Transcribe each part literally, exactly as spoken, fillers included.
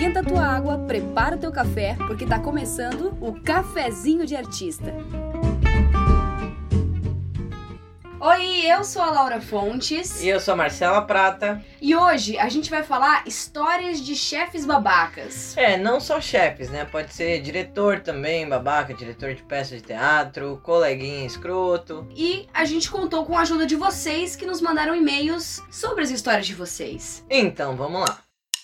esquenta a tua água, prepara o teu café, porque tá começando o Cafezinho de Artista. Oi, eu sou a Laura Fontes. E eu sou a Marcela Prata. E hoje a gente vai falar histórias de chefes babacas. É, não só chefes, né? Pode ser diretor também, babaca, diretor de peça de teatro, coleguinha escroto. E a gente contou com a ajuda de vocês que nos mandaram e-mails sobre as histórias de vocês. Então, vamos lá.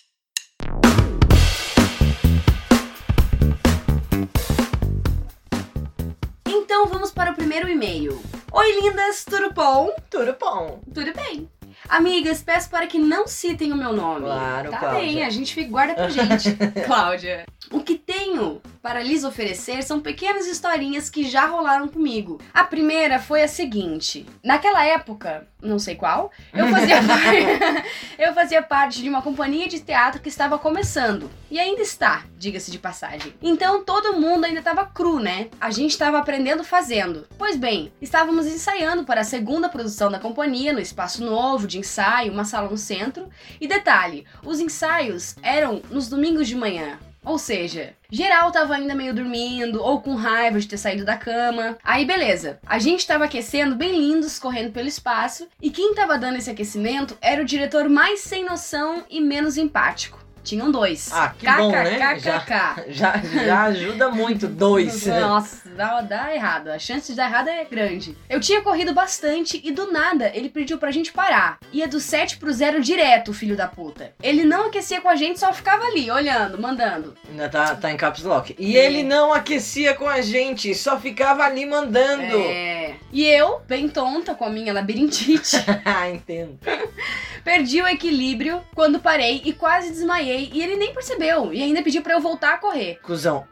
Então vamos para o primeiro e-mail. Oi lindas, tudo bom? Tudo bom. Tudo bem. Amigas, peço para que não citem o meu nome. Claro, tá Cláudia. bem, a gente fica- guarda pra gente. Cláudia. O que tenho para lhes oferecer são pequenas historinhas que já rolaram comigo. A primeira foi a seguinte. Naquela época, não sei qual, eu fazia, par... eu fazia parte de uma companhia de teatro que estava começando. E ainda está, diga-se de passagem. Então todo mundo ainda estava cru, né? A gente estava aprendendo fazendo. Pois bem, estávamos ensaiando para a segunda produção da companhia no espaço novo de ensaio, uma sala no centro. E detalhe, os ensaios eram nos domingos de manhã. Ou seja, geral tava ainda meio dormindo ou com raiva de ter saído da cama. Aí beleza, a gente tava aquecendo bem lindos, correndo pelo espaço, e quem tava dando esse aquecimento era o diretor mais sem noção e menos empático. Tinham dois. Ah, que bom, né? KKKKK. Já, já ajuda muito, dois. Nossa, dá, dá errado. A chance de dar errado é grande. Eu tinha corrido bastante e do nada ele pediu pra gente parar. Ia do sete pro zero direto, filho da puta. Ele não aquecia com a gente, só ficava ali, olhando, mandando. Ainda tá, tá em caps lock. E É. ele não aquecia com a gente, só ficava ali mandando. É. E eu, bem tonta com a minha labirintite, Ah, entendo. perdi o equilíbrio quando parei e quase desmaiei. E ele nem percebeu. E ainda pediu pra eu voltar a correr. Cusão.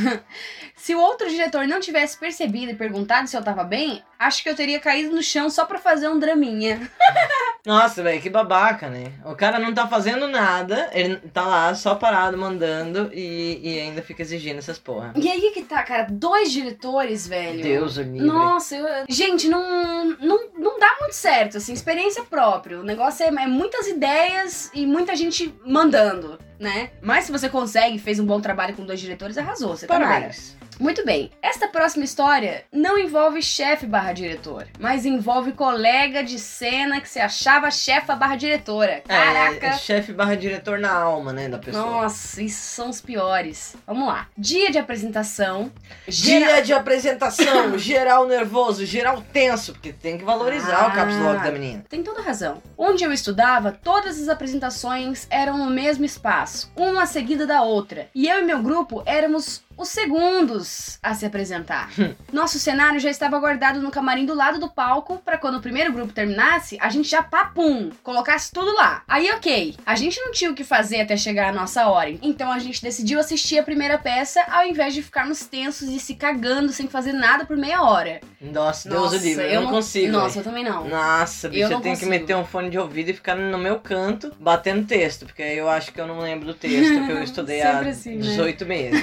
Se o outro diretor não tivesse percebido e perguntado se eu tava bem, acho que eu teria caído no chão só pra fazer um draminha. Nossa, velho, que babaca, né? O cara não tá fazendo nada, ele tá lá só parado, mandando e, e ainda fica exigindo essas porra. E aí que tá, cara, dois diretores, velho. Deus o livre. Nossa, eu... gente, não, não, não dá muito certo, assim, experiência própria. O negócio é, é muitas ideias e muita gente mandando, né? Mas se você consegue, fez um bom trabalho com dois diretores, arrasou, você tá na área. Parabéns. Muito bem, esta próxima história não envolve chefe barra diretor, mas envolve colega de cena que se achava chefa barra diretora. Caraca! É, chefe barra diretor na alma, né, da pessoa. Nossa, isso são os piores. Vamos lá. Dia de apresentação. Dia Gera- de apresentação, geral nervoso, geral tenso, porque tem que valorizar Ah. o caps lock da menina. Tem toda razão. Onde eu estudava, todas as apresentações eram no mesmo espaço, uma seguida da outra. E eu e meu grupo éramos os segundos a se apresentar. Nosso cenário já estava guardado no camarim do lado do palco, pra quando o primeiro grupo terminasse, a gente já papum, colocasse tudo lá. Aí ok, a gente não tinha o que fazer até chegar a nossa hora, então a gente decidiu assistir a primeira peça ao invés de ficarmos tensos e se cagando sem fazer nada por meia hora. Nossa, Deus o Nossa, livre, eu, não consigo. Nossa, véi. eu também não. Nossa, bicho, Eu eu, não tenho consigo. que meter um fone de ouvido e ficar no meu canto, batendo texto, porque aí eu acho que eu não lembro do texto que eu estudei há Sempre assim, né? dezoito meses.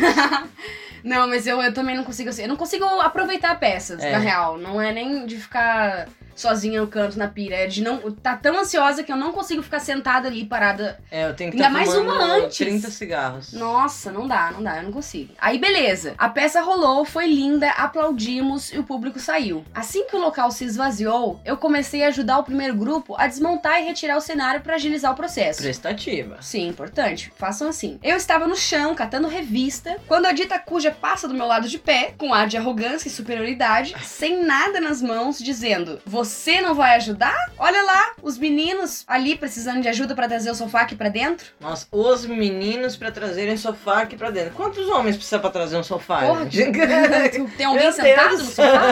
Não, mas eu, eu também não consigo assim. Eu não consigo aproveitar peças, É. na real. Não é nem de ficar sozinha no canto, na pira. É de não. Tá tão ansiosa que eu não consigo ficar sentada ali, parada. É, eu tenho que Ainda estar mais fumando uma antes. trinta cigarros. Nossa, não dá, não dá, eu não consigo. Aí beleza, a peça rolou, foi linda, aplaudimos e o público saiu. Assim que o local se esvaziou, eu comecei a ajudar o primeiro grupo a desmontar e retirar o cenário pra agilizar o processo. Prestativa. Sim, importante. Façam assim. Eu estava no chão, catando revista, quando a dita cuja passa do meu lado de pé, com ar de arrogância e superioridade, sem nada nas mãos, dizendo: você não vai ajudar? Olha lá, os meninos ali precisando de ajuda pra trazer o sofá aqui pra dentro. Nossa, os meninos pra trazerem sofá aqui pra dentro. Quantos homens precisa pra trazer um sofá? Porra, gente? tem alguém Meu sentado Deus. no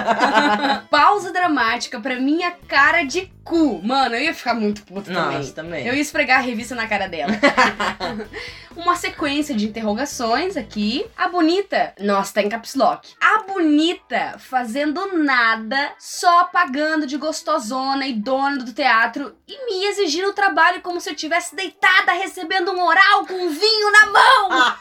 sofá? Pausa dramática pra minha cara de cu. Mano, eu ia ficar muito puta também. Nossa, também. Eu ia esfregar a revista na cara dela. Uma sequência de interrogações aqui. A bonita... Nossa, tá em caps lock. A bonita fazendo nada, só pagando de gostosona e dona do teatro e me exigindo o trabalho como se eu estivesse deitada recebendo um oral com vinho na mão.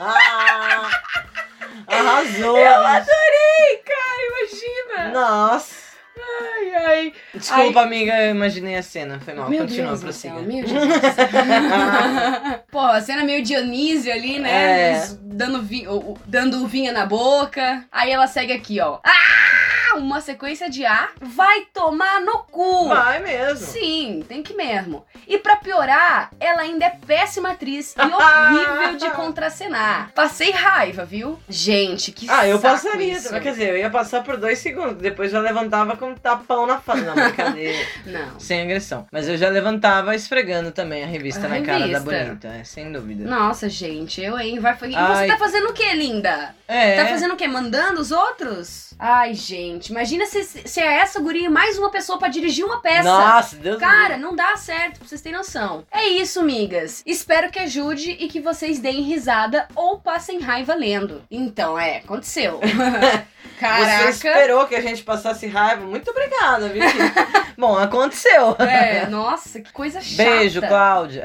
Arrasou! Eu adorei, cara, imagina. Nossa! Ai, ai. Desculpa, amiga, eu imaginei a cena. Foi mal. Meu Continua, Deus do prossiga. céu, meu Jesus. Pô, a cena meio meio Dionísio ali, né? É. Dando, vinho, dando vinha na boca. Aí ela segue aqui, ó. Ah! Uma sequência de A. Vai tomar no cu. Vai mesmo. Sim, tem que mesmo. E pra piorar, ela ainda é péssima atriz e horrível de contracenar. Passei raiva, viu? Gente, que Ah, eu saco passaria. isso. Quer dizer, eu ia passar por dois segundos. Depois já levantava com um tapão na face. Não, brincadeira. Não. Sem agressão. Mas eu já levantava esfregando também a revista A na cara da revista. bonita. É, sem dúvida. Nossa, gente, eu, hein? Vai... E Ai. você tá fazendo o que, linda? É. Tá fazendo o quê? Mandando os outros? Ai, gente, imagina se, se é essa guria e mais uma pessoa pra dirigir uma peça. Nossa, Deus Cara, não dá certo, pra vocês terem noção. É isso, migas. Espero que ajude e que vocês deem risada ou passem raiva lendo. Então, é, aconteceu. Caraca. Você esperou que a gente passasse raiva. Muito obrigada, viu? Bom, aconteceu. É, nossa, que coisa chata. Beijo, Cláudia.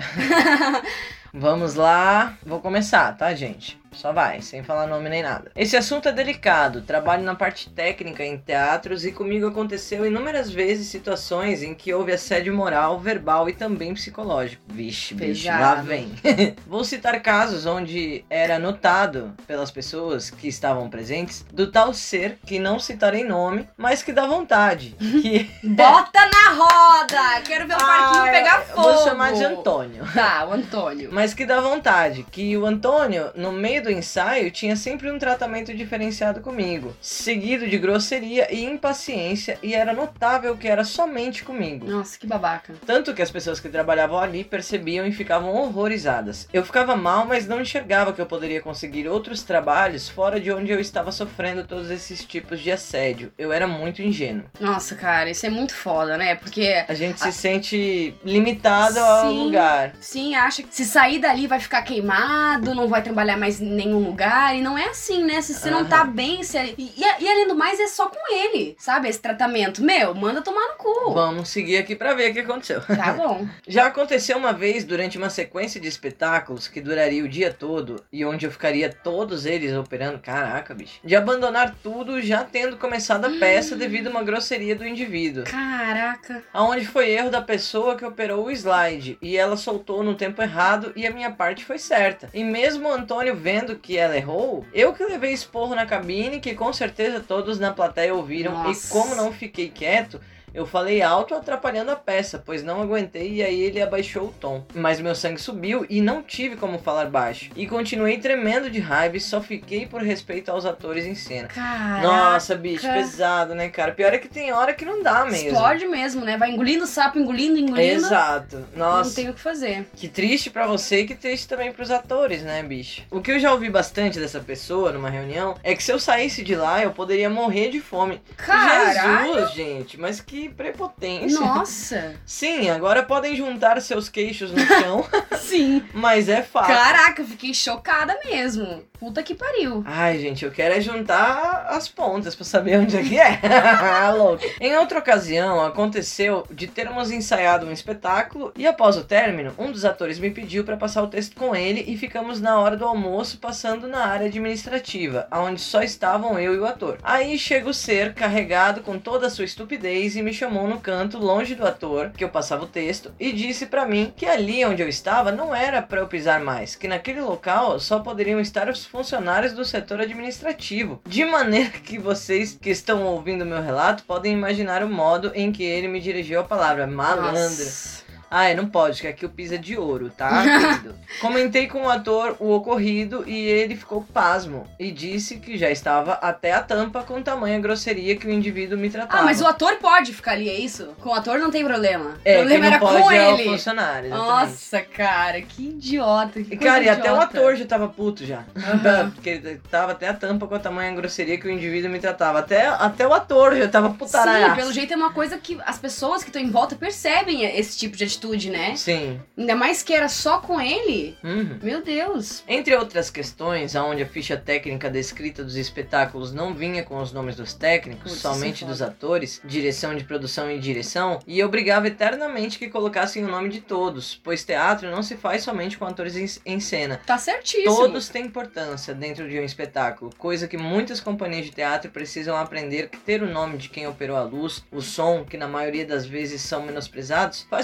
Vamos lá. Vou começar, tá, gente? Só vai, sem falar nome nem nada. Esse assunto é delicado. Trabalho na parte técnica em teatros e comigo aconteceu inúmeras vezes situações em que houve assédio moral, verbal e também psicológico. Vixe, bicho, Pesado. lá vem. Vou citar casos onde era notado pelas pessoas que estavam presentes do tal ser que não citarei nome, mas que dá vontade. Que... Bota na roda! Quero ver o parquinho Ah, pegar eu fogo. Vou chamar de Antônio. Tá, o Antônio. Mas que dá vontade, que o Antônio, no meio do ensaio, tinha sempre um tratamento diferenciado comigo, seguido de grosseria e impaciência, e era notável que era somente comigo. Nossa, que babaca. Tanto que as pessoas que trabalhavam ali percebiam e ficavam horrorizadas. Eu ficava mal, mas não enxergava que eu poderia conseguir outros trabalhos fora de onde eu estava sofrendo todos esses tipos de assédio. Eu era muito ingênuo. Nossa, cara, isso é muito foda, né? Porque A gente se sente limitado ao Sim. lugar. sim, acha que se sair dali vai ficar queimado, não vai trabalhar mais em nenhum lugar. E não é assim, né? Se você não Aham. tá bem, se... e, e, e além do mais, é só com ele, sabe? Esse tratamento. Meu, manda tomar no cu. Vamos seguir aqui pra ver o que aconteceu. Tá bom. Já aconteceu uma vez durante uma sequência de espetáculos que duraria o dia todo e onde eu ficaria todos eles operando, caraca, bicho, de abandonar tudo já tendo começado a peça devido a uma grosseria do indivíduo. Caraca. Aonde foi erro da pessoa que operou o slide e ela soltou no tempo errado e a minha parte foi certa. E mesmo o Antônio vendo que ela errou, eu que levei esporro na cabine que com certeza todos na plateia ouviram. Nossa. E como não fiquei quieto, eu falei alto atrapalhando a peça, pois não aguentei e aí ele abaixou o tom. Mas meu sangue subiu e não tive como falar baixo. E continuei tremendo de raiva e só fiquei por respeito aos atores em cena. Caraca. Nossa, bicho, pesado, né, cara? Pior é que tem hora que não dá mesmo. Explode mesmo, né? Vai engolindo o sapo, engolindo, engolindo. Exato. Nossa. Não tem o que fazer. Que triste pra você e que triste também pros atores, né, bicho? O que eu já ouvi bastante dessa pessoa numa reunião é que se eu saísse de lá, eu poderia morrer de fome. Caralho. Jesus, gente, mas que prepotência. Nossa. Sim, agora podem juntar seus queixos no chão, Sim. mas é fato. Caraca, eu fiquei chocada mesmo. Puta que pariu. Ai, gente, eu quero é juntar as pontas pra saber onde é que é. Louco. Em outra ocasião, aconteceu de termos ensaiado um espetáculo e após o término, um dos atores me pediu pra passar o texto com ele e ficamos na hora do almoço passando na área administrativa, onde só estavam eu e o ator. Aí chega o ser carregado com toda a sua estupidez e me chamou no canto, longe do ator, que eu passava o texto, e disse pra mim que ali onde eu estava não era pra eu pisar mais, que naquele local só poderiam estar os funcionários do setor administrativo. De maneira que vocês que estão ouvindo meu relato podem imaginar o modo em que ele me dirigiu a palavra malandro. Nossa. Ai, não pode, que aqui o piso é de ouro, tá, querido? Comentei com o ator o ocorrido e ele ficou pasmo e disse que já estava até a tampa com tamanha grosseria que o indivíduo me tratava. Ah, mas o ator pode ficar ali, é isso? Com o ator não tem problema. É, o problema quem não era pode com é ele. o funcionário, exatamente. Nossa, cara, que idiota. Que E, coisa cara, e até o idiota. ator já tava puto já. Aham. Porque ele tava até a tampa com a tamanha grosseria que o indivíduo me tratava. Até, até o ator já tava putaralhaço. Sim, pelo jeito é uma coisa que as pessoas que estão em volta percebem esse tipo de atitude, né? Sim. Ainda mais que era só com ele. Uhum. Meu Deus. Entre outras questões, onde a ficha técnica descrita dos espetáculos não vinha com os nomes dos técnicos, Putz, somente isso é dos foda. atores, direção de produção e direção, e obrigava eternamente que colocassem o nome de todos, pois teatro não se faz somente com atores em, em cena. Tá certíssimo. Todos têm importância dentro de um espetáculo, coisa que muitas companhias de teatro precisam aprender que ter o nome de quem operou a luz, o som, que na maioria das vezes são menosprezados, faz com que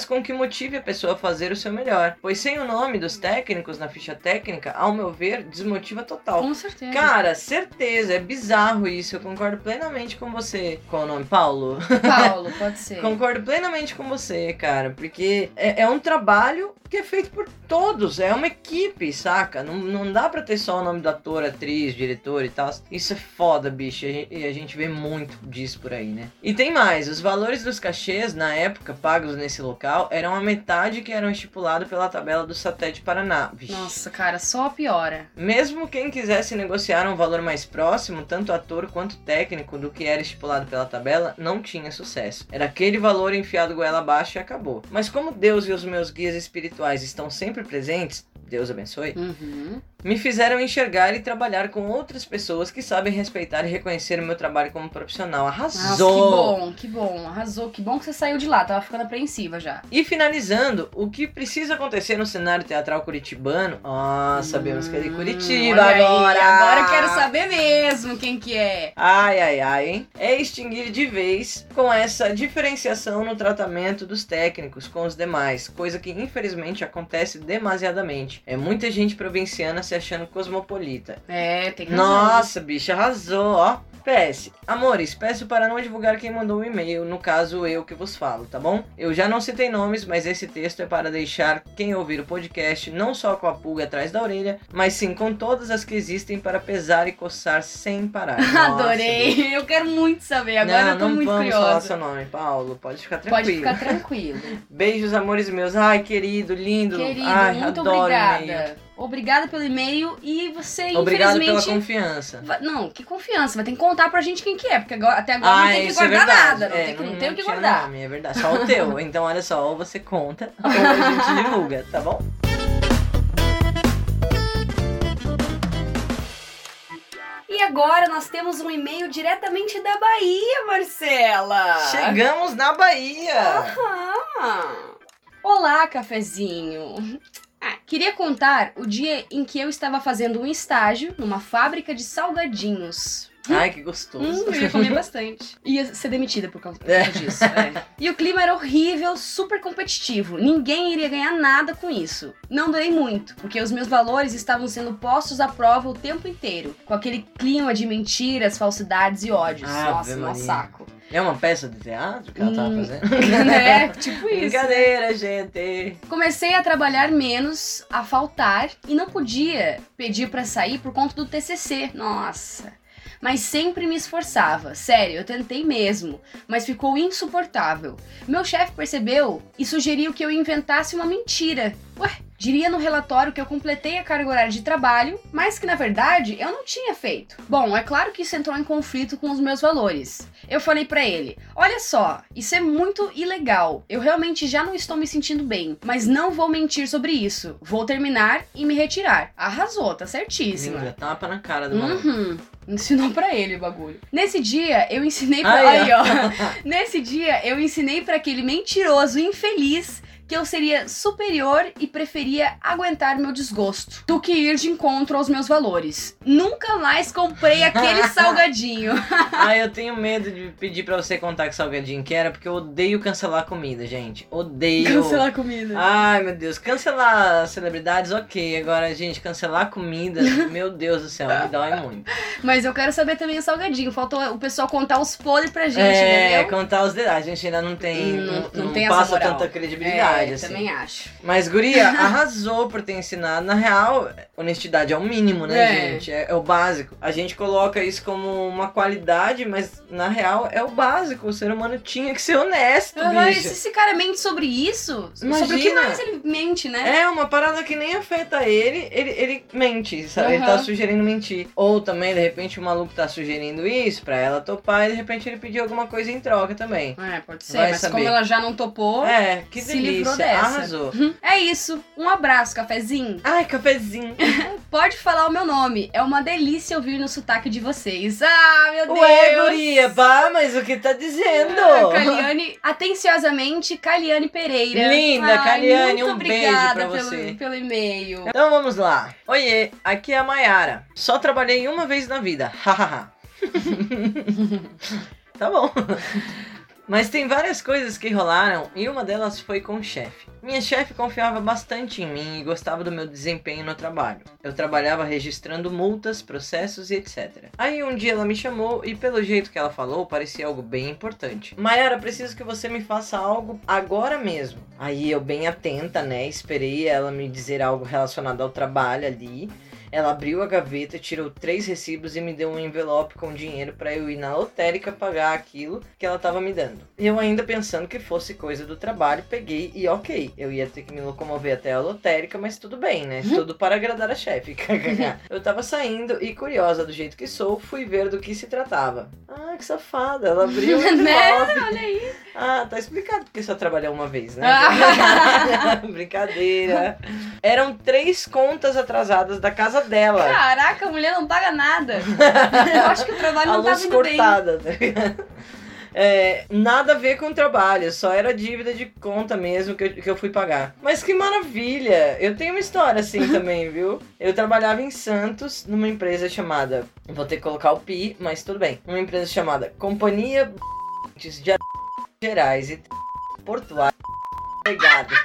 motive a pessoa a fazer o seu melhor. Pois sem o nome dos técnicos na ficha técnica, ao meu ver, desmotiva total. Com certeza. Cara, certeza, é bizarro isso, eu concordo plenamente com você. Qual o nome? Paulo? Paulo, pode ser. Concordo plenamente com você, cara, porque é, é um trabalho que é feito por todos, é uma equipe, saca? Não, não dá pra ter só o nome do ator, atriz, diretor e tal. Isso é foda, bicho, e a gente vê muito disso por aí, né? E tem mais, os valores dos cachês, na época, pagos nesse local, eram a metade que eram estipulados pela tabela do Satélite Paraná. Vixe. Nossa, cara, só piora. Mesmo quem quisesse negociar um valor mais próximo, tanto ator quanto técnico, do que era estipulado pela tabela, não tinha sucesso. Era aquele valor enfiado goela abaixo e acabou. Mas como Deus e os meus guias espirituais estão sempre presentes, Deus abençoe, Uhum. me fizeram enxergar e trabalhar com outras pessoas que sabem respeitar e reconhecer o meu trabalho como profissional. Arrasou! Nossa, que bom, que bom, arrasou. Que bom que você saiu de lá, tava ficando apreensiva já. E finalizando, o que precisa acontecer no cenário teatral curitibano? Ah, sabemos que é de Curitiba Olha aí, agora! agora eu quero saber mesmo quem que é. Ai, ai, ai, hein? É extinguir de vez com essa diferenciação no tratamento dos técnicos com os demais, coisa que infelizmente acontece demasiadamente. É muita gente provinciana se achando cosmopolita. É, tem razão. Nossa, bicho, arrasou, ó. P S. Amores, peço para não divulgar quem mandou o e-mail, no caso eu que vos falo, tá bom? Eu já não citei nomes, mas esse texto é para deixar quem ouvir o podcast não só com a pulga atrás da orelha, mas sim com todas as que existem para pesar e coçar sem parar. Nossa, Adorei, bicho. eu quero muito saber, agora não, eu tô não muito vamos curiosa. falar seu nome, Paulo, pode ficar tranquilo. Pode ficar tranquilo. Beijos, amores meus. Ai, querido, lindo. Querido, Ai, muito adoro e-mail. obrigada. Obrigada pelo e-mail e você, Obrigado pela infelizmente... confiança. vai- Não, que confiança, vai ter que contar pra gente quem que é, porque agora, até agora Ah, não tem que isso é guardar verdade. nada, não É, tem, que- não não tem o que tinha guardar. nome, é verdade, só o teu. Então, olha só, ou você conta, ou a gente divulga, tá bom? E agora nós temos um e-mail diretamente da Bahia, Marcela. Chegamos na Bahia! Ah. Olá, cafezinho. Ah, queria contar o dia em que eu estava fazendo um estágio numa fábrica de salgadinhos. Ai, que gostoso. Hum, eu ia comer bastante. Ia ser demitida por causa, por É. causa disso. é. E o clima era horrível, super competitivo. Ninguém iria ganhar nada com isso. Não durei muito, porque os meus valores estavam sendo postos à prova o tempo inteiro. Com aquele clima de mentiras, falsidades e ódios. Ave Nossa, um Maria. saco. É uma peça de teatro que ela tava Hum, fazendo? né? Tipo isso. Brincadeira, gente. Comecei a trabalhar menos, a faltar, e não podia pedir pra sair por conta do T C C. Nossa. Mas sempre me esforçava. Sério, eu tentei mesmo, mas ficou insuportável. Meu chefe percebeu e sugeriu que eu inventasse uma mentira. Ué, diria no relatório que eu completei a carga horária de trabalho, mas que na verdade eu não tinha feito. Bom, é claro que isso entrou em conflito com os meus valores. Eu falei pra ele: olha só, isso é muito ilegal. Eu realmente já não estou me sentindo bem, mas não vou mentir sobre isso. Vou terminar e me retirar. Arrasou, tá certíssima. Linda, tapa na cara do maluco. Uhum. Ensinou pra ele o bagulho. Nesse dia, eu ensinei pra... Aí, Aí, ó. Nesse dia, eu ensinei pra aquele mentiroso infeliz que eu seria superior e preferia aguentar meu desgosto do que ir de encontro aos meus valores. Nunca mais comprei aquele salgadinho. Ai, eu tenho medo de pedir pra você contar que salgadinho que era, porque eu odeio cancelar comida, gente. Odeio. Cancelar a comida. Ai, meu Deus. Cancelar celebridades, ok. Agora, gente, cancelar comida, meu Deus do céu, me dói muito. Mas eu quero saber também o salgadinho. Faltou o pessoal contar os podres pra gente, é, entendeu? contar os detalhes. A gente ainda não tem. Não- Não, não não tem essa passa moral. tanta credibilidade, É, assim. também acho. Mas, guria, arrasou por ter ensinado. Na real, honestidade é o mínimo, né, É. gente? É, é o básico. A gente coloca isso como uma qualidade, mas na real é o básico. O ser humano tinha que ser honesto, Ah, e bicho. se esse cara mente sobre isso, sobre o que Imagina. mais ele mente, né? É uma parada que nem afeta ele, ele, ele mente, sabe? Ele tá Uhum. sugerindo mentir. Ou também, de repente, o maluco tá sugerindo isso pra ela topar e de repente ele pediu alguma coisa em troca também. É, pode ser, Vai mas saber. como ela já não topou, É, que se livrou delícia. dessa. Arrasou. é isso. Um abraço, cafezinho. Ai, cafezinho. Pode falar o meu nome. É uma delícia ouvir no sotaque de vocês. Ah, meu Deus! Ué, guria, pá, mas o que tá dizendo? Ah, Caliane, atenciosamente, Caliane Pereira. Linda, Ai, Caliane, muito um beijo obrigada pra pelo, você. pelo e-mail. Então vamos lá. Oiê, aqui é a Mayara. Só trabalhei uma vez na vida. Hahaha. Tá bom. Mas tem várias coisas que rolaram e uma delas foi com o chefe. Minha chefe confiava bastante em mim e gostava do meu desempenho no trabalho. Eu trabalhava registrando multas, processos e etcétera. Aí um dia ela me chamou e pelo jeito que ela falou, parecia algo bem importante. Maiara, preciso que você me faça algo agora mesmo. Aí eu bem atenta, né, esperei ela me dizer algo relacionado ao trabalho ali. Ela abriu a gaveta, tirou três recibos e me deu um envelope com dinheiro pra eu ir na lotérica pagar aquilo que ela tava me dando. Eu ainda pensando que fosse coisa do trabalho, peguei e ok, eu ia ter que me locomover até a lotérica, mas tudo bem, né? Tudo para agradar a chefe. Eu tava saindo e, curiosa do jeito que sou, fui ver do que se tratava. Ah, que safada, ela abriu o envelope. Olha aí. Ah, tá explicado porque só trabalhou uma vez, né? Brincadeira. Eram três contas atrasadas da casa dela. Caraca, a mulher não paga nada. Eu acho que o trabalho a não tá luz vindo cortada, tá ligado? É, nada a ver com o trabalho, só era dívida de conta mesmo que eu, que eu fui pagar. Mas que maravilha! Eu tenho uma história assim também, viu? Eu trabalhava em Santos, numa empresa chamada... Vou ter que colocar o pi, mas tudo bem. Uma empresa chamada Companhia de Gerais e Portuário. Obrigado.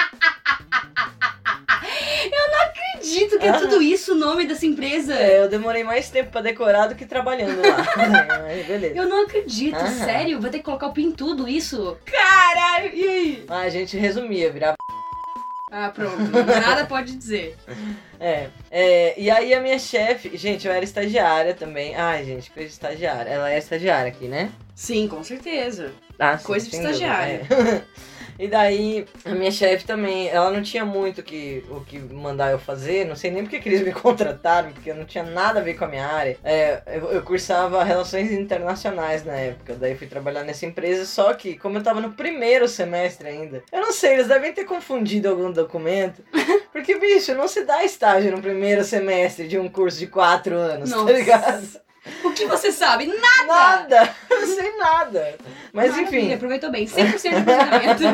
Acredito que é tudo isso o nome dessa empresa. É, eu demorei mais tempo pra decorar do que trabalhando lá. Aí, beleza. Eu não acredito, Aham. sério? Vai ter que colocar o pin tudo isso? Caralho, e aí? Ah, a gente resumia, virava... Ah, pronto, nada pode dizer. É, é, e aí a minha chefe... Gente, eu era estagiária também. Ai, gente, coisa de estagiária. Ela é estagiária aqui, né? Sim, com certeza. Ah, sim, Coisa de sem estagiária. dúvida, é. E daí, a minha chefe também, ela não tinha muito que, o que mandar eu fazer, não sei nem porque que eles me contrataram, porque eu não tinha nada a ver com a minha área. É, eu, eu cursava Relações Internacionais na época, daí fui trabalhar nessa empresa, só que, como eu tava no primeiro semestre ainda, eu não sei, eles devem ter confundido algum documento, porque, bicho, não se dá estágio no primeiro semestre de um curso de quatro anos, Nossa. tá ligado? O que você sabe? Nada! Nada! Eu não sei nada. Mas Maravilha, enfim. aproveitou bem, cem por cento de aproveitamento.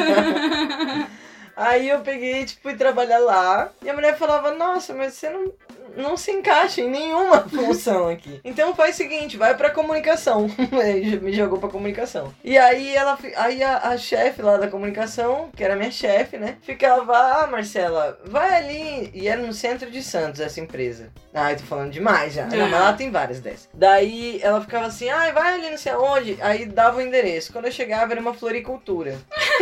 Aí eu peguei, tipo, fui trabalhar lá. E a mulher falava, nossa, mas você não, não se encaixa em nenhuma função aqui. Então faz o seguinte, vai pra comunicação. Me jogou pra comunicação. E aí ela, aí a, a chefe lá da comunicação, que era minha chefe, né? Ficava, ah, Marcela, vai ali. E era no centro de Santos essa empresa. Ah, eu tô falando demais já. Não, mas lá tem várias dessas. Daí ela ficava assim, ah, vai ali não sei aonde. Aí dava o endereço. Quando eu chegava era uma floricultura.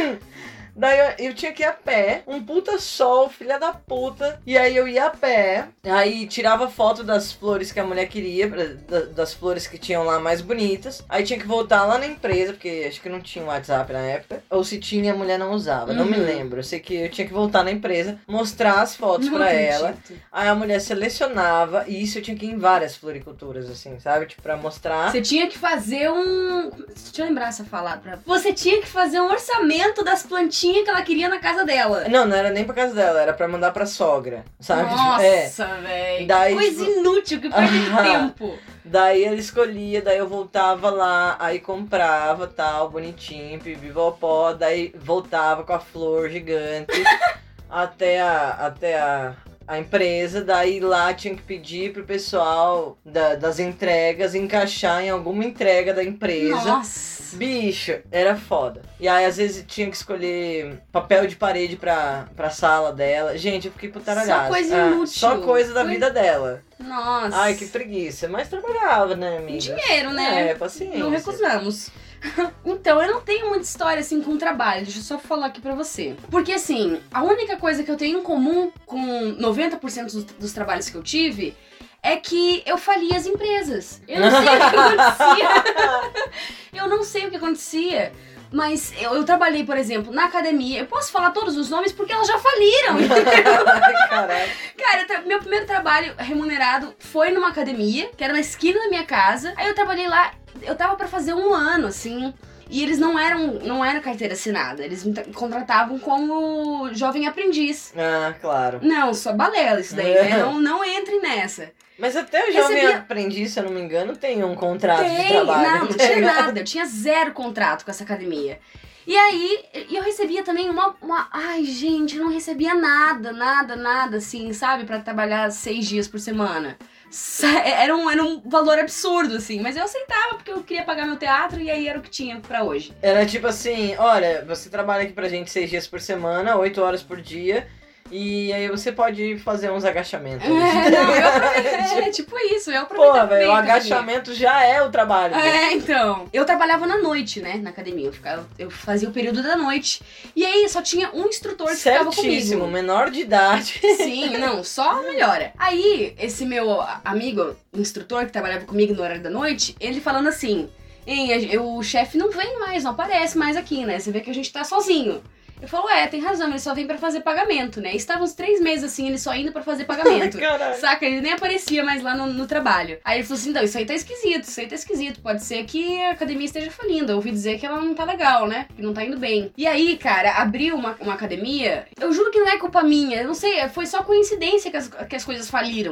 Daí eu, eu tinha que ir a pé, um puta sol, filha da puta. E aí eu ia a pé, aí tirava foto das flores que a mulher queria, da, das flores que tinham lá mais bonitas. Aí tinha que voltar lá na empresa, porque acho que não tinha WhatsApp na época. Ou se tinha, a mulher não usava, uhum. Não me lembro. Eu sei que eu tinha que voltar na empresa, mostrar as fotos não pra acredito. Ela. Aí a mulher selecionava, e isso eu tinha que ir em várias floriculturas, assim, sabe? Tipo, pra mostrar. Você tinha que fazer um... Deixa eu lembrar essa palavra. Você tinha que fazer um orçamento das plantinhas que ela queria na casa dela. Não, não era nem pra casa dela, era pra mandar pra sogra, sabe? Nossa, é. velho. Coisa tipo... inútil, que perde de tempo. Daí ela escolhia, daí eu voltava lá, aí comprava, tal, bonitinho, pibibopó, daí voltava com a flor gigante até a... até a... a empresa, daí lá tinha que pedir pro pessoal da, das entregas encaixar em alguma entrega da empresa. Nossa! Bicho, era foda. E aí às vezes tinha que escolher papel de parede pra, pra sala dela. Gente, eu fiquei putaralhada. Só coisa ah, inútil. Só coisa da Foi... vida dela. Nossa. Ai, que preguiça. Mas trabalhava, né, amiga? Dinheiro, né? É, paciência. Não recusamos. Então, eu não tenho muita história, assim, com trabalho. Deixa eu só falar aqui pra você. Porque, assim, a única coisa que eu tenho em comum com noventa por cento dos, dos trabalhos que eu tive é que eu falia as empresas. Eu não sei o que acontecia. Eu não sei o que acontecia. Mas eu, eu trabalhei, por exemplo, na academia. Eu posso falar todos os nomes porque elas já faliram. Caralho. Cara, tra- meu primeiro trabalho remunerado foi numa academia, que era na esquina da minha casa. Aí eu trabalhei lá, eu tava pra fazer um ano, assim. E eles não eram, não era carteira assinada, eles me tra- contratavam como jovem aprendiz. Ah, claro. Não, só balela isso daí, né? Não, não entre nessa. Mas até o jovem Recebia... aprendiz, se eu não me engano, tem um contrato Tem, de trabalho. não, não tinha nada. Eu tinha zero contrato com essa academia. E aí, eu recebia também uma, uma... Ai, gente, eu não recebia nada, nada, nada, assim, sabe? Pra trabalhar seis dias por semana. Era um, era um valor absurdo, assim. Mas eu aceitava, porque eu queria pagar meu teatro e aí era o que tinha pra hoje. Era tipo assim, olha, você trabalha aqui pra gente seis dias por semana, oito horas por dia... E aí você pode fazer uns agachamentos. É, não, eu aproveitei, é tipo isso, eu aproveitei. Pô, velho, o agachamento já é o trabalho. É, né? então. Eu trabalhava na noite, né, na academia. Eu, ficava, eu fazia o período da noite. E aí só tinha um instrutor que ficava comigo. Certíssimo, menor de idade. Sim, não, só melhora. Aí, esse meu amigo, instrutor que trabalhava comigo no horário da noite, ele falando assim, Hein, o chefe não vem mais, não aparece mais aqui, né? Você vê que a gente tá sozinho. Eu falo, é, tem razão, ele só vem pra fazer pagamento, né? Estava uns três meses assim, ele só indo pra fazer pagamento. Saca? Ele nem aparecia mais lá no, no trabalho. Aí ele falou assim, não, isso aí tá esquisito, isso aí tá esquisito. Pode ser que a academia esteja falindo. Eu ouvi dizer que ela não tá legal, né? Que não tá indo bem. E aí, cara, abriu uma, uma academia, eu juro que não é culpa minha, eu não sei, foi só coincidência que as, que as coisas faliram.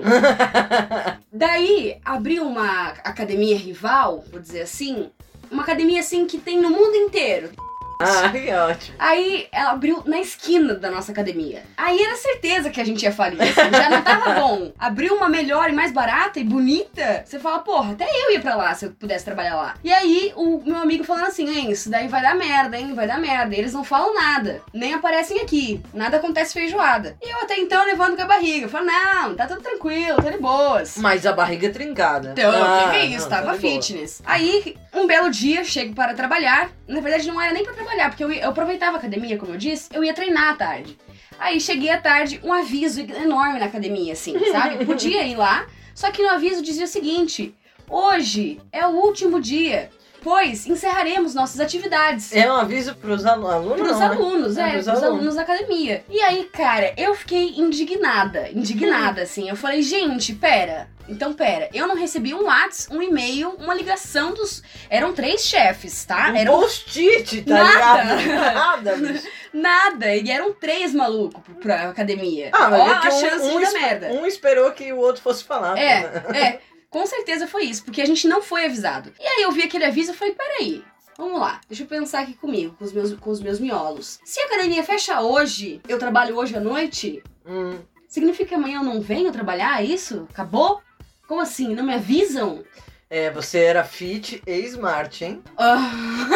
Daí, abriu uma academia rival, vou dizer assim, uma academia assim que tem no mundo inteiro. Ah, que ótimo. Aí ela abriu na esquina da nossa academia. Aí era certeza que a gente ia falir, assim, já não tava bom. Abriu uma melhor e mais barata e bonita. Você fala, porra, até eu ia pra lá se eu pudesse trabalhar lá. E aí o meu amigo falando assim, hein, isso daí vai dar merda, hein, vai dar merda. E eles não falam nada, nem aparecem aqui, nada acontece feijoada. E eu até então levando com a barriga, falando, não, tá tudo tranquilo, tá de boas. Mas a barriga é trincada. Então, o ah, que, que é isso? Não, Tava tá fitness. Aí, um belo dia, chego para trabalhar. Na verdade, não era nem pra trabalhar, porque eu, eu aproveitava a academia, como eu disse, eu ia treinar à tarde. Aí, cheguei à tarde, um aviso enorme na academia, assim, sabe? Podia ir lá, só que no aviso dizia o seguinte, hoje é o último dia, pois encerraremos nossas atividades. É um aviso pros alu alunos? Pros não, alunos, né? é, é pros pros alunos. alunos da academia. E aí, cara, eu fiquei indignada, indignada, assim. Eu falei, gente, pera, então pera, eu não recebi um WhatsApp, um e-mail, uma ligação dos... Eram três chefes, tá? Um eram post-it, tá Nada. ligado? Nada, bicho. Nada, e eram três malucos pra academia. Ah, mas Ó, é que a um, chance um, de dar espe- merda. um esperou que o outro fosse falar. É, né? é, com certeza foi isso, porque a gente não foi avisado. E aí eu vi aquele aviso e falei, peraí, vamos lá, deixa eu pensar aqui comigo, com os meus, com os meus miolos. Se a academia fecha hoje, eu trabalho hoje à noite, Hum. significa que amanhã eu não venho trabalhar, é isso? Acabou? Como assim? Não me avisam? É, você era fit e smart, hein? Ah,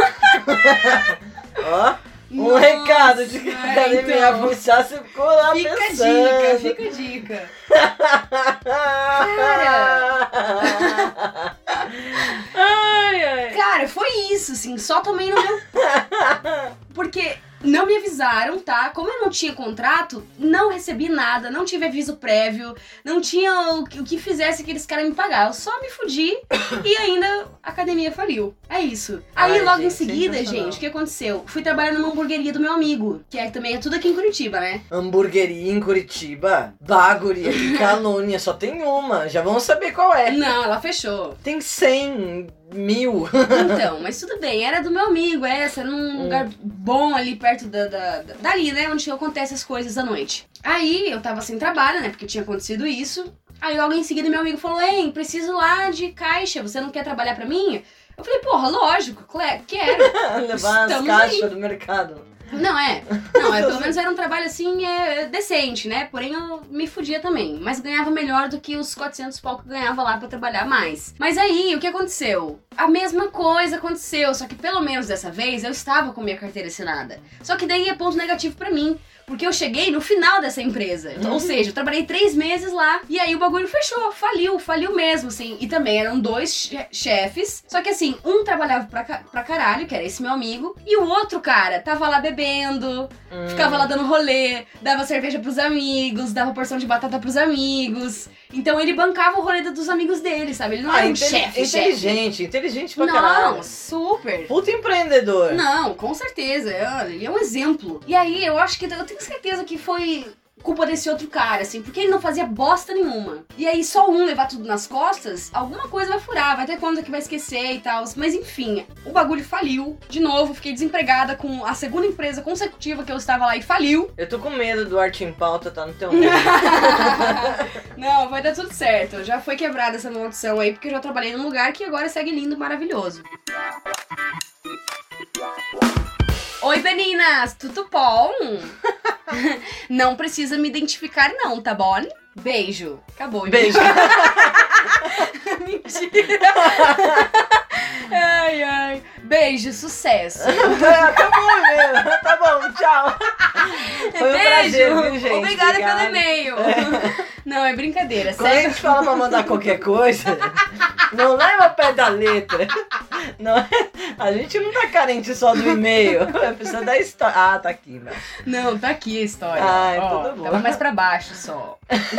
Ó, um nossa, recado de que a é, academia então. puxar, você ficou lá Fica a pensando. dica, fica a dica. Ai, ai. Cara, foi isso, assim, só tomei no meu... Porque não me avisaram, tá? Como eu não tinha contrato, não recebi nada, não tive aviso prévio, não tinha o que, o que fizesse aqueles caras me pagar. Eu só me fudi e ainda a academia faliu. É isso. Aí Ai, logo gente, em seguida, sensacional. gente, o que aconteceu? Fui trabalhar numa hamburgueria do meu amigo, que é, também é tudo aqui em Curitiba, né? Hamburgueria em Curitiba? Baguria, que calúnia, só tem uma. Já vamos saber qual é. Não, ela fechou. Tem cem mil. Então, mas tudo bem, era do meu amigo, essa, era num lugar bom ali perto da, da, da- dali, né, onde acontecem as coisas à noite. Aí eu tava sem trabalho, né, porque tinha acontecido isso. Aí logo em seguida meu amigo falou, hein, preciso lá de caixa, você não quer trabalhar pra mim? Eu falei, porra, lógico, cle- quero. Levar as Estamos caixas aí. do mercado. Não, é. Não, é, pelo menos era um trabalho assim, é, decente, né? Porém eu me fudia também. Mas ganhava melhor do que os quatrocentos pau que eu ganhava lá pra trabalhar mais. Mas aí, o que aconteceu? A mesma coisa aconteceu, só que pelo menos dessa vez eu estava com minha carteira assinada. Só que daí é ponto negativo pra mim. Porque eu cheguei no final dessa empresa. Então, ou seja, eu trabalhei três meses lá. E aí o bagulho fechou, faliu, faliu mesmo, assim. E também eram dois che- chefes. Só que assim, um trabalhava pra, ca- pra caralho, que era esse meu amigo. E o outro cara tava lá bebendo, Hum. ficava lá dando rolê, dava cerveja pros amigos, dava porção de batata pros amigos. Então ele bancava o rolê dos amigos dele, sabe? Ele não Ah, era um inte- chefe, chefe. inteligente, inteligente pra Não, caralho. super. Puta empreendedor. Não, com certeza. Olha, ele é um exemplo. E aí, eu acho que eu tenho certeza que foi culpa desse outro cara, assim, porque ele não fazia bosta nenhuma. E aí, só um levar tudo nas costas, alguma coisa vai furar, vai ter conta que vai esquecer e tal. Mas enfim, o bagulho faliu. De novo, fiquei desempregada com a segunda empresa consecutiva que eu estava lá e faliu. Eu tô com medo do Arte em Pauta tá no teu nome. Não, vai dar tudo certo. Já foi quebrada essa maldição aí, porque eu já trabalhei num lugar que agora segue lindo, maravilhoso. Oi, meninas, tudo bom? Não precisa me identificar não, tá bom? Beijo. Acabou. Beijo. Mentira. Ai, ai. Beijo, sucesso. Acabou mesmo. Tá bom, tchau. Foi um Beijo. prazer, viu, gente? Obrigada Obrigado. pelo e-mail. É. Não, é brincadeira. Quando a Segue... gente fala pra mandar qualquer coisa, não leva ao pé da letra. Não é... A gente não tá carente só do e-mail. Precisa da história. Ah, tá aqui, né? Não, tá aqui a história. Ai, Ó, tudo bom. tava mais pra baixo só.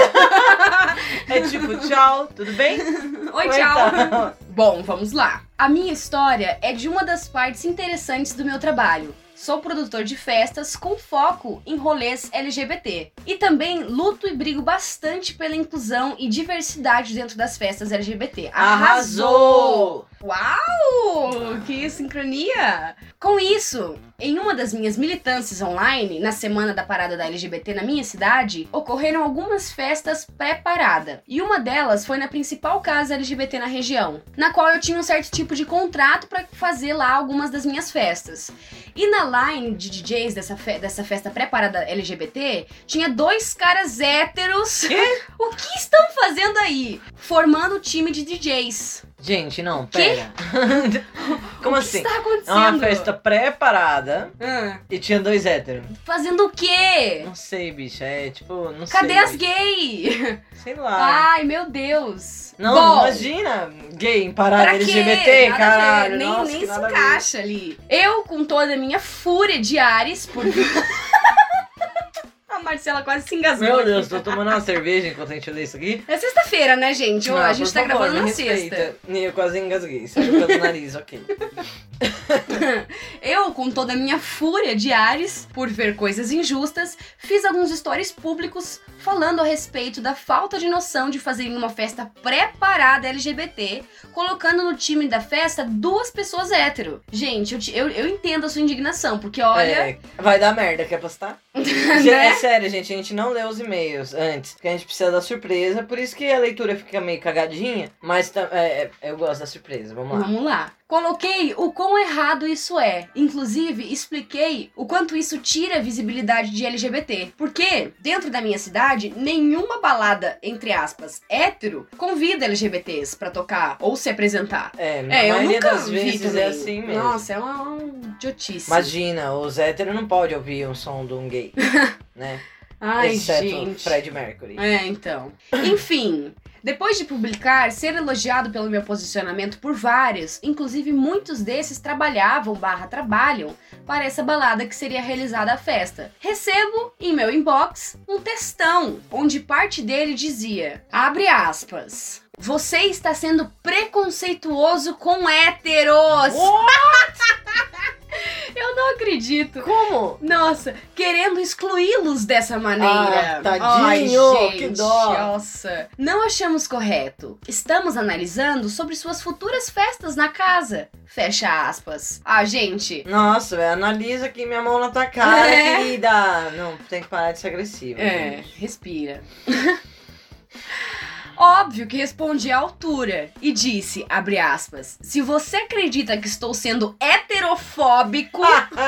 É tipo, tchau, tudo bem? Oi, Oi, tchau. tá. Bom, vamos lá. A minha história é de uma das partes interessantes do meu trabalho. Sou produtor de festas com foco em rolês L G B T. E também luto e brigo bastante pela inclusão e diversidade dentro das festas L G B T. Arrasou! Uau! Que sincronia! Com isso, em uma das minhas militâncias online, na semana da parada da L G B T na minha cidade, ocorreram algumas festas pré-parada. E uma delas foi na principal casa L G B T na região, na qual eu tinha um certo tipo de contrato para fazer lá algumas das minhas festas. E na line de D Js dessa, fe dessa festa pré-parada L G B T, tinha dois caras héteros. Quê? O que estão fazendo aí? Formando o time de D Js. Gente, não, Quê? pera. Como o assim? que está É acontecendo? uma festa pré-parada Ah, e tinha dois héteros. fazendo o quê? Não sei, bicha, é tipo, não Cadê sei. as gays? Sei lá. Ai, meu Deus. Não, Bom, imagina gay em parada pra L quê? G B T, Nada a ver. caralho. Nem, Nossa, nem que se nada a ver. encaixa ali. Eu, com toda a minha fúria de Ares, por... A Marcela quase se engasgou. Meu aqui. Deus, tô tomando uma cerveja enquanto a gente lê isso aqui. É sexta-feira, né, gente? Ó, Não, a gente por tá favor, gravando me na respeita. sexta. Eu quase engasguei, saiu pelo nariz, ok. Eu, com toda a minha fúria de Ares, por ver coisas injustas, fiz alguns stories públicos falando a respeito da falta de noção de fazerem uma festa pré-parada L G B T, colocando no time da festa duas pessoas hétero. Gente, eu, te- eu, eu entendo a sua indignação, porque olha... É, vai dar merda, quer postar? Gente, né? é sério, gente, a gente não lê os e-mails antes, porque a gente precisa da surpresa, por isso que a leitura fica meio cagadinha, mas tá- é, é, eu gosto da surpresa, vamos lá. Vamos lá. Coloquei o quão errado isso é. Inclusive, expliquei o quanto isso tira a visibilidade de L G B T. Porque, dentro da minha cidade, nenhuma balada, entre aspas, hétero, convida L G B Ts pra tocar ou se apresentar. É, na É, eu maioria nunca das vi vezes também. é assim mesmo. Nossa, é uma, uma idiotice. Imagina, os héteros não podem ouvir um som de um gay, né? Ai, Exceto gente. Fred Mercury. É, então. Enfim, depois de publicar, ser elogiado pelo meu posicionamento por vários, inclusive muitos desses trabalhavam barra trabalham para essa balada que seria realizada a festa. Recebo em meu inbox um textão, onde parte dele dizia, abre aspas, você está sendo preconceituoso com héteros. Eu não acredito. Como? Nossa, querendo excluí-los dessa maneira. Ah, tadinho, Ai, gente, que dó. Nossa. Não achamos correto. Estamos analisando sobre suas futuras festas na casa. Fecha aspas. Ah, gente. Nossa, velho, analisa aqui minha mão na tua cara, É. querida. Não, tem que parar de ser agressiva. É, gente. respira. Óbvio que respondi à altura e disse, abre aspas, se você acredita que estou sendo heterofóbico...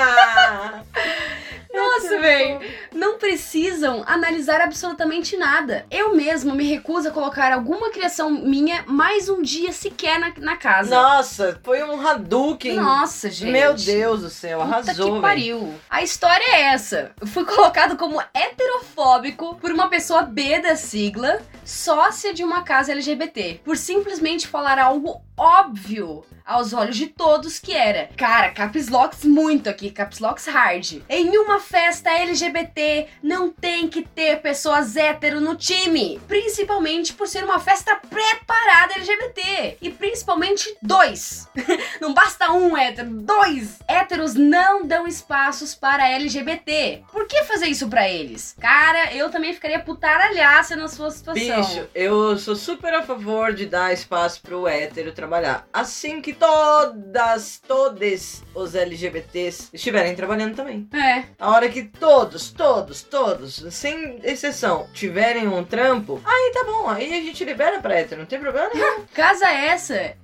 Nossa, velho, não precisam analisar absolutamente nada. Eu mesmo me recuso a colocar alguma criação minha mais um dia sequer na, na casa. Nossa, foi um Hadouken. Nossa, gente. Meu Deus do céu, Puta arrasou, que velho. pariu. A história é essa. Eu fui colocado como heterofóbico por uma pessoa B da sigla, sócia de uma casa L G B T, por simplesmente falar algo óbvio aos olhos de todos que era, cara, caps locks muito aqui, caps locks hard. Em uma festa L G B T não tem que ter pessoas hétero no time, principalmente por ser uma festa preparada L G B T, e principalmente dois. Não basta um hétero, dois héteros não dão espaços para L G B T. Por que fazer isso pra eles? Cara, eu também ficaria putaralhaça na sua situação. Bicho, eu sou super a favor de dar espaço pro hétero trabalhar. Assim que todas, todos os L G B Ts estiverem trabalhando também. É. A hora que todos, todos, todos, sem exceção, tiverem um trampo, aí tá bom, aí a gente libera pra hétero, não tem problema nenhum. Casa essa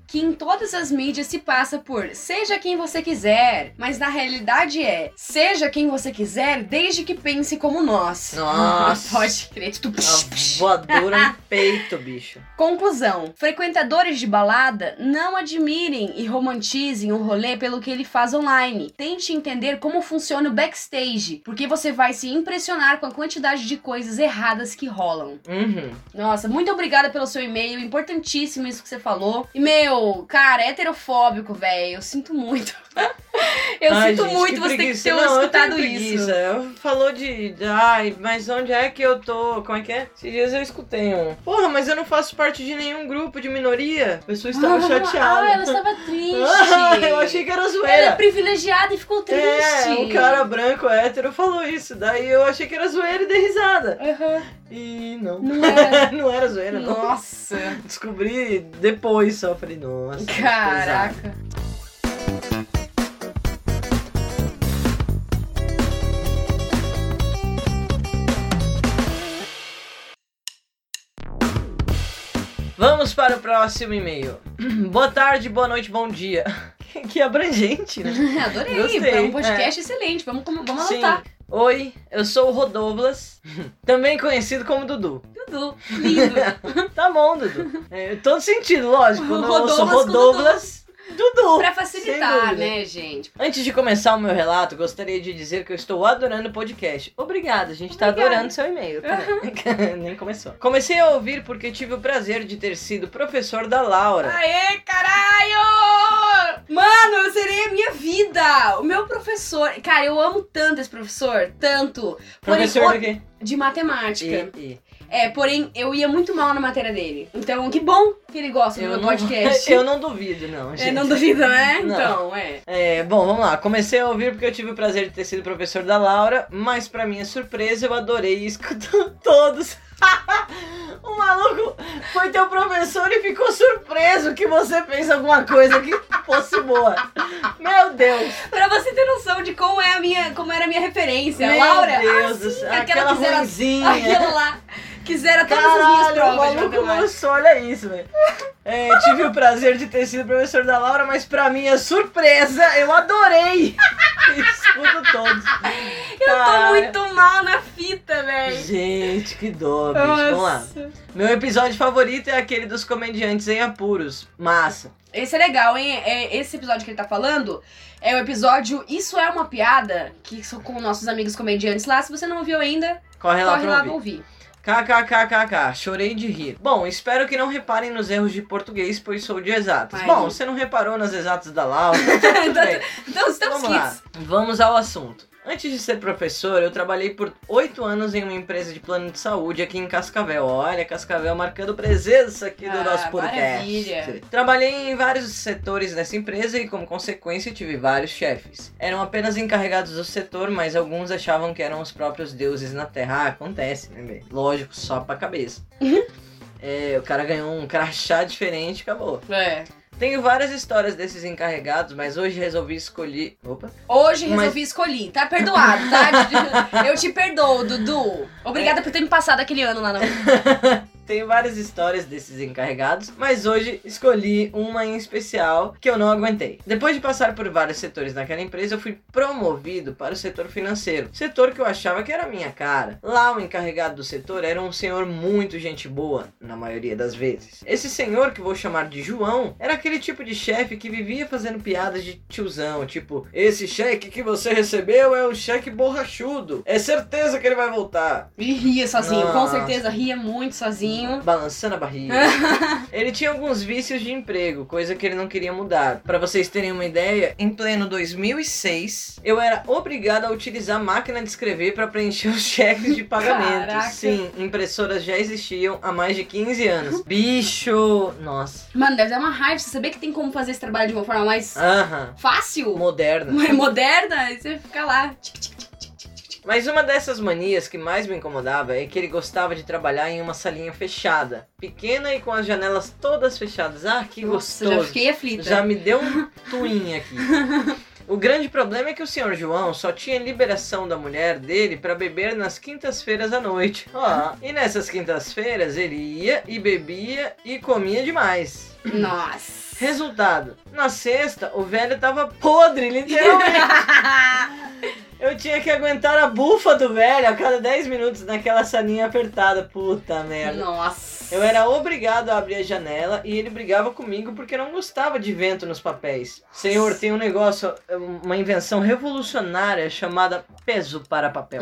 que em todas as mídias se passa por seja quem você quiser, mas na realidade é seja quem você quiser desde que pense como nós. Nossa. Pode crer. Tu... A voadora no peito, bicho. Conclusão. Frequentadores de balada, não admirem e romantizem o rolê pelo que ele faz online. Tente entender como funciona o backstage, porque você vai se impressionar com a quantidade de coisas erradas que rolam. Uhum. Nossa, muito obrigada pelo seu e-mail, importantíssimo isso que você falou. E, meu, cara, é heterofóbico, velho, eu sinto muito. Eu Ai, sinto gente, muito que você ter que preguiça. ter Não, escutado eu tenho isso. preguiça. Eu falou de, de, ai, mas onde é que eu tô? Como é que é? Esses dias eu escutei um. Porra, mas eu não faço parte de nenhum grupo de minoria. A pessoa estava chateada. Ah, ela estava triste. Ah, eu achei que era zoeira. Ela é privilegiada e ficou triste. É, um cara branco hétero falou isso. Daí eu achei que era zoeira e dei risada. Uhum. E não. Não era. Não era zoeira, não. Nossa. Descobri depois só. Falei, nossa. Caraca. Pesado. Vamos para o próximo e-mail. Boa tarde, boa noite, bom dia. Que abrangente, né? Adorei. Gostei. É um podcast é. excelente. Vamos, vamos Sim. anotar. Oi, eu sou o Rodovlas, também conhecido como Dudu. Dudu, lindo. Tá bom, Dudu. É, todo sentido, lógico. Quando eu Rodovlas sou com Rodovlas, Dudu. Pra Sem facilitar, dúvida. né, gente? Antes de começar o meu relato, gostaria de dizer que eu estou adorando o podcast. Obrigada, a gente tá Obrigada. adorando seu e-mail. Também. Nem começou. Comecei a ouvir porque tive o prazer de ter sido professor da Laura. Aê, caralho! Mano, eu serei a minha vida! O meu professor... Cara, eu amo tanto esse professor, tanto. Professor Porém, do quê? de matemática. E, e. É, porém, eu ia muito mal na matéria dele. Então, que bom que ele gosta do Eu meu não, podcast. eu não duvido, não, gente. É, não duvida, né? Não. Então, é. É, bom, vamos lá. Comecei a ouvir porque eu tive o prazer de ter sido professor da Laura, mas pra minha surpresa eu adorei escutando todos. O maluco foi teu professor e ficou surpreso que você fez alguma coisa que fosse boa. Meu Deus. Pra você ter noção de como, é a minha, como era a minha referência. Meu Laura, Deus assim, do céu. aquela Aquela que zera, ruinzinha. aquela lá, que zera todas as minhas Caralho, o provas de maluco matemática. lançou, olha isso, velho. É, tive o prazer de ter sido professor da Laura, mas pra minha surpresa, eu adorei. Escuto todos. Eu tô Caralho. muito mal na fita, velho. Gente, que dó, bicho. Vamos lá. Meu episódio favorito é aquele dos comediantes em apuros. Massa. Esse é legal, hein? É, esse episódio que ele tá falando é o episódio Isso é uma Piada, que são com nossos amigos comediantes lá. Se você não ouviu ainda, Corre lá corre pra lá ouvir. pra ouvir. KKKKK, chorei de rir. Bom, espero que não reparem nos erros de português, pois sou de exatas. Ai. Bom, você não reparou nas exatas da Laura, então tudo bem. Então, estamos Vamos lá, kits. vamos ao assunto. Antes de ser professor, eu trabalhei por oito anos em uma empresa de plano de saúde aqui em Cascavel. Olha, Cascavel marcando presença aqui do Ah, nosso podcast. maravilha. Trabalhei em vários setores dessa empresa e, como consequência, tive vários chefes. Eram apenas encarregados do setor, mas alguns achavam que eram os próprios deuses na Terra. Ah, acontece, né, velho? Lógico, só pra cabeça. É, o cara ganhou um crachá diferente e acabou. É. Tenho várias histórias desses encarregados, mas hoje resolvi escolher... Opa! Hoje Mas- resolvi escolher. Tá perdoado, tá? Eu te perdoo, Dudu. Obrigada por ter me passado aquele ano lá no... Tenho várias histórias desses encarregados, mas hoje escolhi uma em especial que eu não aguentei. Depois de passar por vários setores naquela empresa, eu fui promovido para o setor financeiro, setor que eu achava que era a minha cara. Lá, o encarregado do setor era um senhor muito gente boa, na maioria das vezes. Esse senhor, que vou chamar de João, era aquele tipo de chefe que vivia fazendo piadas de tiozão, tipo, esse cheque que você recebeu é um cheque borrachudo, é certeza que ele vai voltar. E ria sozinho, com Nossa. certeza ria muito sozinho. Balançando a barriga. Ele tinha alguns vícios de emprego, coisa que ele não queria mudar. Pra vocês terem uma ideia, em pleno dois mil e seis, eu era obrigado a utilizar máquina de escrever pra preencher os cheques de pagamento. Caraca. Sim, impressoras já existiam há mais de quinze anos. Bicho! Nossa. Mano, deve dar uma raiva. Você saber que tem como fazer esse trabalho de uma forma mais Aham. fácil, Moderna. mais moderna, e você fica lá. Tic, tic, tic. Mas uma dessas manias que mais me incomodava é que ele gostava de trabalhar em uma salinha fechada, pequena e com as janelas todas fechadas. Ah, que Nossa, gostoso. já fiquei aflita. Já me deu um twin aqui. O grande problema é que o senhor João só tinha liberação da mulher dele pra beber nas quintas-feiras à noite. Ó, e nessas quintas-feiras ele ia e bebia e comia demais. Nossa. Resultado, na sexta o velho tava podre, literalmente. Eu tinha que aguentar a bufa do velho a cada dez minutos naquela salinha apertada. Puta merda. Nossa. Eu era obrigado a abrir a janela e ele brigava comigo porque não gostava de vento nos papéis. Senhor, tem um negócio, uma invenção revolucionária chamada peso para papel.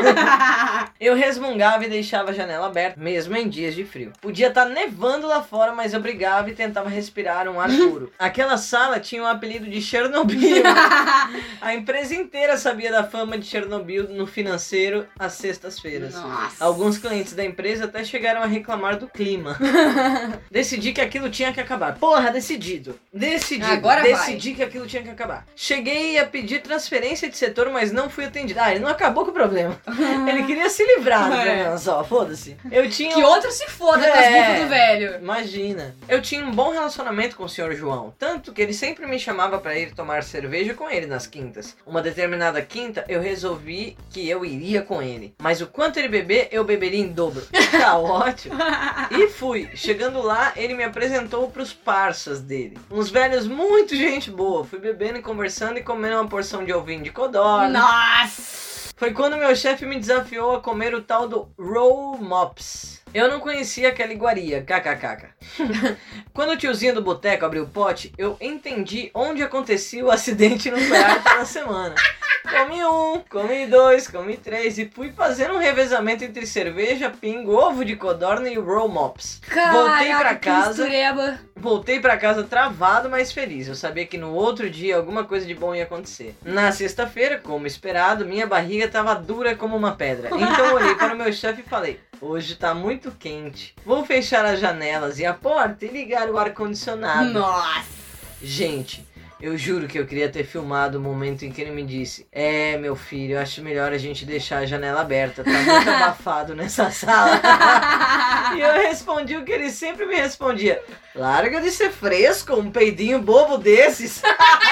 Eu resmungava e deixava a janela aberta, mesmo em dias de frio. Podia estar nevando lá fora, mas eu brigava e tentava respirar um ar puro. Aquela sala tinha o apelido de Chernobyl. A empresa inteira sabia da fama de Chernobyl no financeiro às sextas-feiras. Nossa. Alguns clientes da empresa até chegaram a reclamar do clima. Decidi que aquilo tinha que acabar. Porra, decidido. Decidido. Agora Decidi vai. que aquilo tinha que acabar. Cheguei a pedir transferência de setor, mas não fui atendido. Ah, ele não acabou com o problema. Ele queria se livrar do problema só, foda-se. Eu tinha... Que outro se foda com as É. bufas do velho. Imagina. Eu tinha um bom relacionamento com o senhor João, tanto que ele sempre me chamava pra ir tomar cerveja com ele nas quintas. Uma determinada quinta, eu resolvi que eu iria com ele. Mas o quanto ele beber, eu beberia em dobro. Tá ótimo. E fui. Chegando lá, ele me apresentou pros parças dele. Uns velhos muito gente boa. Fui bebendo e conversando e comendo uma porção de ovinho de codorna. Nossa. Foi quando meu chefe me desafiou a comer o tal do Roll Mops. Eu não conhecia aquela iguaria, kkkk. Quando o tiozinho do boteco abriu o pote, eu entendi onde acontecia o acidente nuclear pela semana. Comi um, comi dois, comi três e fui fazendo um revezamento entre cerveja, pingo, ovo de codorna e Roll Mops. Voltei pra Caraca, que casa, mistureba. voltei pra casa travado, mas feliz. Eu sabia que no outro dia alguma coisa de bom ia acontecer. Na sexta-feira, como esperado, minha barriga tava dura como uma pedra. Então eu olhei para o meu chefe e falei: hoje tá muito quente. Vou fechar as janelas e a porta e ligar o ar-condicionado. Nossa. Gente, eu juro que eu queria ter filmado o momento em que ele me disse: é, meu filho, eu acho melhor a gente deixar a janela aberta. Tá muito abafado nessa sala. E eu respondi o que ele sempre me respondia: larga de ser fresco, um peidinho bobo desses.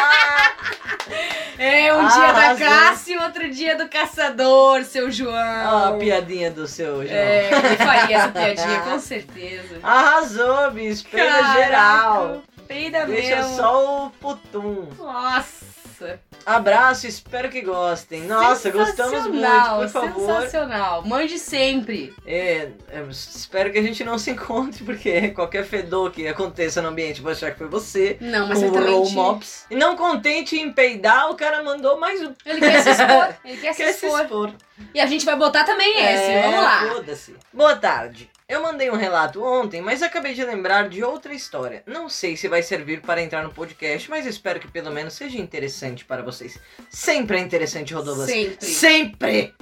É, um dia da Arrasou. caça e outro dia do caçador, seu João. Ó, a piadinha do seu João. É, ele faria essa piadinha, com certeza. Arrasou, bicho, peida Caraca, geral. Peida Deixa mesmo. só o putum. Nossa. Abraço, espero que gostem. Nossa, gostamos muito, por favor. Sensacional. Mande sempre. É, é, espero que a gente não se encontre, porque qualquer fedor que aconteça no ambiente vai achar que foi você. Não, mas com o certamente... Roll Mops. E não contente em peidar, o cara mandou mais um. Ele quer se expor. Ele quer, Quer se se expor. expor. E a gente vai botar também esse. É, Vamos lá. foda-se. Boa tarde. Eu mandei um relato ontem, mas acabei de lembrar de outra história. Não sei se vai servir para entrar no podcast, mas espero que pelo menos seja interessante para vocês. Sempre é interessante, Rodolas. Sempre. Sempre!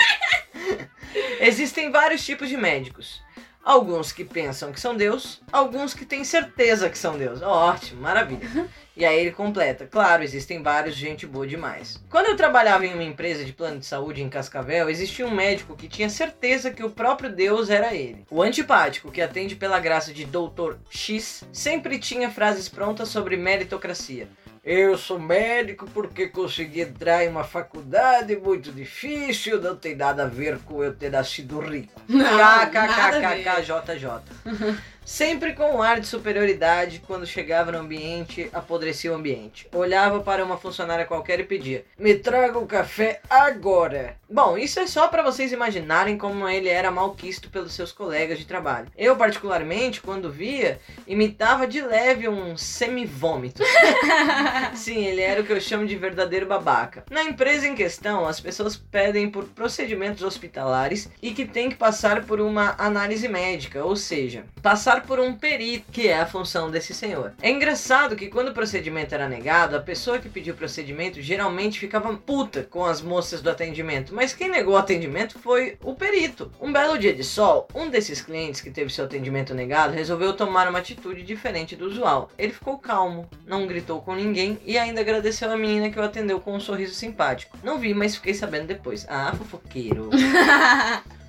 Existem vários tipos de médicos. Alguns que pensam que são Deus, alguns que têm certeza que são Deus. Ótimo, maravilha. E aí ele completa: claro, existem vários, gente boa demais. Quando eu trabalhava em uma empresa de plano de saúde em Cascavel, existia um médico que tinha certeza que o próprio Deus era ele. O antipático, que atende pela graça de doutor X, sempre tinha frases prontas sobre meritocracia. Eu sou médico porque consegui entrar em uma faculdade muito difícil, não tem nada a ver com eu ter nascido rico. Não, nada a ver. KKKKJJ. Sempre com um ar de superioridade, quando chegava no ambiente, apodrecia o ambiente. Olhava para uma funcionária qualquer e pedia: me traga um café agora. Bom, isso é só para vocês imaginarem como ele era malquisto pelos seus colegas de trabalho. Eu, particularmente, quando via, imitava de leve um semivômito. Sim, ele era o que eu chamo de verdadeiro babaca. Na empresa em questão, as pessoas pedem por procedimentos hospitalares e que tem que passar por uma análise médica, ou seja, passar por um perito, que é a função desse senhor. É engraçado que quando o procedimento era negado, a pessoa que pediu o procedimento geralmente ficava puta com as moças do atendimento, mas quem negou o atendimento foi o perito. Um belo dia de sol, um desses clientes que teve seu atendimento negado resolveu tomar uma atitude diferente do usual. Ele ficou calmo, não gritou com ninguém e ainda agradeceu a menina que o atendeu com um sorriso simpático. Não vi, mas fiquei sabendo depois. Ah, fofoqueiro.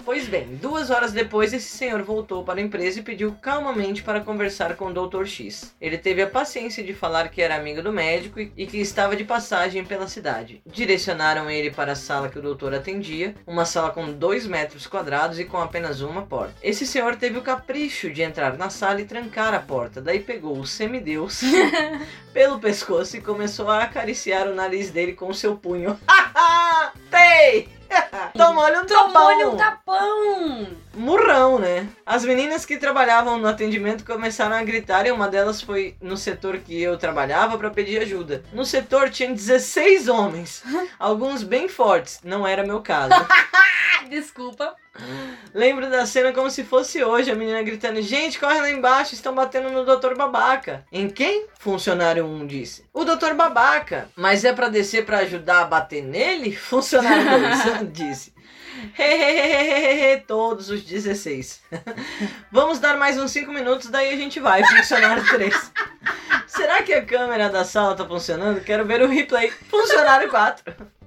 Pois bem, duas horas depois, esse senhor voltou para a empresa e pediu calmamente para conversar com o doutor X. Ele teve a paciência de falar que era amigo do médico e que estava de passagem pela cidade. Direcionaram ele para a sala que o doutor atendia, uma sala com dois metros quadrados e com apenas uma porta. Esse senhor teve o capricho de entrar na sala e trancar a porta, daí pegou o semideus pelo pescoço e começou a acariciar o nariz dele com o seu punho. Tei! Tomou-lhe um tapão. Tomou-lhe um tapão. Murrão, né? As meninas que trabalhavam no atendimento começaram a gritar e uma delas foi no setor que eu trabalhava para pedir ajuda. No setor tinha dezesseis homens, alguns bem fortes, não era meu caso. Desculpa. Lembro da cena como se fosse hoje, a menina gritando: gente, corre lá embaixo, estão batendo no doutor Babaca. Em quem? Funcionário um disse: o doutor Babaca. Mas é pra descer pra ajudar a bater nele? Funcionário dois disse: hehehehe, todos os dezesseis. Vamos dar mais uns cinco minutos, daí a gente vai. Funcionário três. Será que a câmera da sala tá funcionando? Quero ver o replay. Funcionário quatro.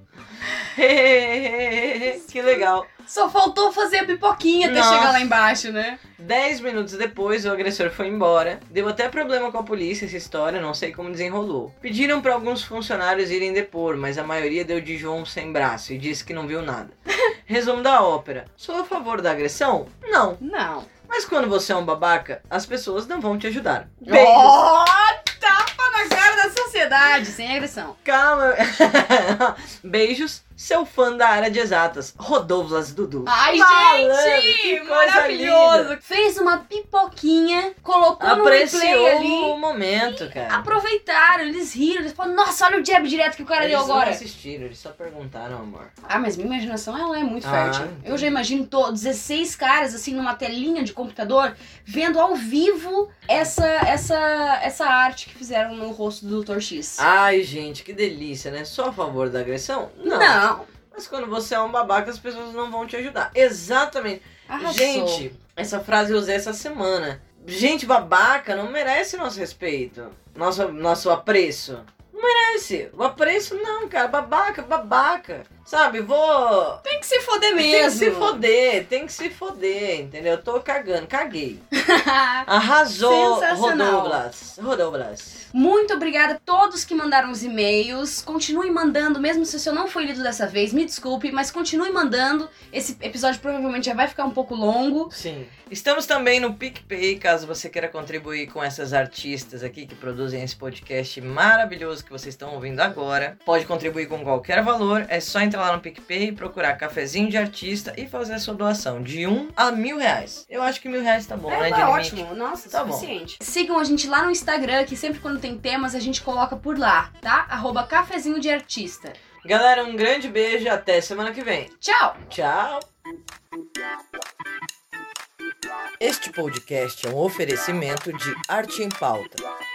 Que legal. Só faltou fazer a pipoquinha até Nossa. chegar lá embaixo, né? Dez minutos depois, o agressor foi embora. Deu até problema com a polícia essa história, não sei como desenrolou. Pediram para alguns funcionários irem depor, mas a maioria deu de João sem braço e disse que não viu nada. Resumo da ópera. Sou a favor da agressão? Não. Não. Mas quando você é um babaca, as pessoas não vão te ajudar. Beijos. Oh, tapa na cara da sociedade, sem agressão. Calma. Beijos, seu fã da área de exatas, Rodovlas Dudu. Ai, Malandro, gente, que coisa maravilhoso. linda. Fez uma pipoquinha, colocou Apreciou no replay ali. o momento, cara. Aproveitaram, eles riram, eles falaram: nossa, olha o jab direto que o cara Eles deu não agora. assistiram, eles só perguntaram, amor. Ah, mas minha imaginação, ela é muito Ah, fértil. entendi. Eu já imagino to- dezesseis caras, assim, numa telinha de computador, vendo ao vivo essa, essa, essa arte que fizeram no rosto do doutor X. Ai, gente, que delícia, né? Sou a favor da agressão? Não. Não. Mas quando você é um babaca, as pessoas não vão te ajudar. Exatamente. Arrasou. Gente, essa frase eu usei essa semana. Gente babaca não merece nosso respeito. Nosso, nosso apreço. Não merece. O apreço não, cara. Babaca, babaca. Sabe, vou... Tem que se foder Tem que mesmo. se foder, tem que se foder, entendeu? Eu tô cagando, caguei. Arrasou, Sensacional. Rodovlas. Rodovlas. Muito obrigada a todos que mandaram os e-mails. Continue mandando, mesmo se o seu não foi lido dessa vez, me desculpe, mas continue mandando. Esse episódio provavelmente já vai ficar um pouco longo. Sim. Estamos também no PicPay, caso você queira contribuir com essas artistas aqui que produzem esse podcast maravilhoso que vocês estão ouvindo agora. Pode contribuir com qualquer valor, é só entrar lá no PicPay, procurar Cafezinho de Artista e fazer a sua doação de um a mil reais. Eu acho que mil reais tá bom, É, né, tá de ótimo. limite? Nossa, Tá bom. suficiente. Sigam a gente lá no Instagram, que sempre quando tem temas a gente coloca por lá, tá? Arroba Cafezinho de Artista. Galera, um grande beijo e até semana que vem. Tchau! Tchau! Este podcast é um oferecimento de Arte em Pauta,